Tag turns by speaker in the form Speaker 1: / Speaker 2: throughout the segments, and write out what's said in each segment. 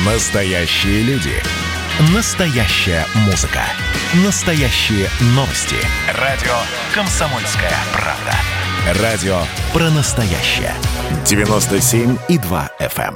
Speaker 1: Настоящие люди. Настоящая музыка. Настоящие новости. Радио «Комсомольская правда». Радио про настоящее. 97,2 FM.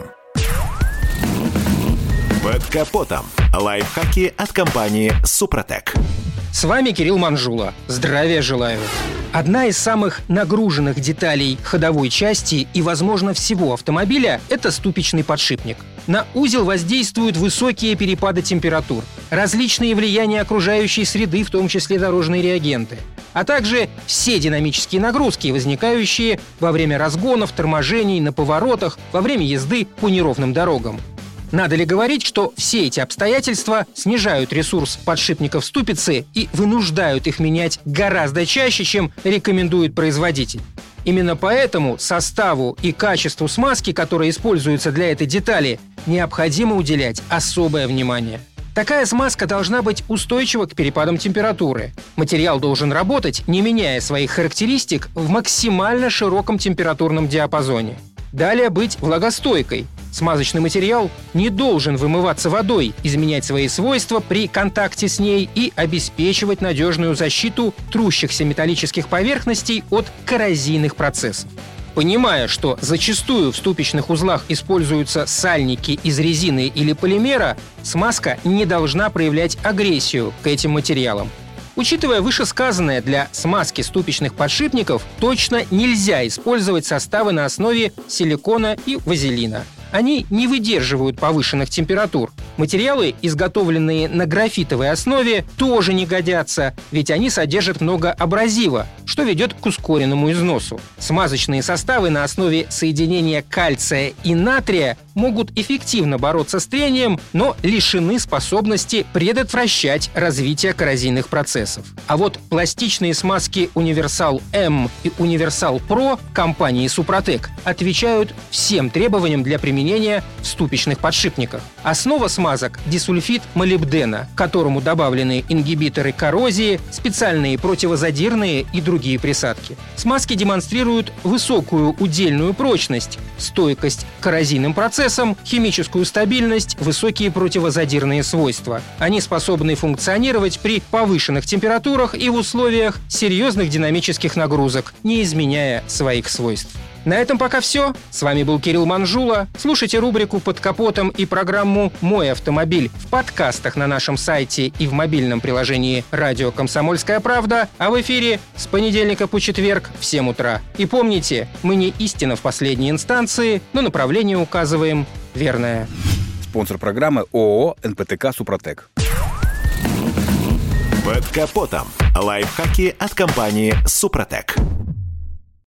Speaker 1: Под капотом. Лайфхаки от компании «Супротек».
Speaker 2: С вами Кирилл Манжула. Здравия желаю. Одна из самых нагруженных деталей ходовой части и, возможно, всего автомобиля – это ступичный подшипник. На узел воздействуют высокие перепады температур, различные влияния окружающей среды, в том числе дорожные реагенты, а также все динамические нагрузки, возникающие во время разгонов, торможений, на поворотах, во время езды по неровным дорогам. Надо ли говорить, что все эти обстоятельства снижают ресурс подшипников ступицы и вынуждают их менять гораздо чаще, чем рекомендует производитель? Именно поэтому составу и качеству смазки, которая используется для этой детали, необходимо уделять особое внимание. Такая смазка должна быть устойчива к перепадам температуры. Материал должен работать, не меняя своих характеристик, в максимально широком температурном диапазоне. Далее быть влагостойкой. Смазочный материал не должен вымываться водой, изменять свои свойства при контакте с ней и обеспечивать надежную защиту трущихся металлических поверхностей от коррозийных процессов. Понимая, что зачастую в ступичных узлах используются сальники из резины или полимера, смазка не должна проявлять агрессию к этим материалам. Учитывая вышесказанное, для смазки ступичных подшипников точно нельзя использовать составы на основе силикона и вазелина. Они не выдерживают повышенных температур. Материалы, изготовленные на графитовой основе, тоже не годятся, ведь они содержат много абразива, что ведет к ускоренному износу. Смазочные составы на основе соединения кальция и натрия могут эффективно бороться с трением, но лишены способности предотвращать развитие коррозийных процессов. А вот пластичные смазки Универсал М и Универсал Про компании Супротек отвечают всем требованиям для применения в ступичных подшипниках. Основа смазок – дисульфид молибдена, к которому добавлены ингибиторы коррозии, специальные противозадирные и другие присадки. Смазки демонстрируют высокую удельную прочность, стойкость к коррозийным процессам, химическую стабильность, высокие противозадирные свойства. Они способны функционировать при повышенных температурах и в условиях серьезных динамических нагрузок, не изменяя своих свойств. На этом пока все. С вами был Кирилл Манжула. Слушайте рубрику «Под капотом» и программу «Мой автомобиль» в подкастах на нашем сайте и в мобильном приложении «Радио Комсомольская правда», а в эфире с понедельника по четверг в 7 утра. И помните, мы не истина в последней инстанции, но направление указываем верное.
Speaker 3: Спонсор программы ООО «НПТК Супротек».
Speaker 1: Под капотом. Лайфхаки от компании «Супротек».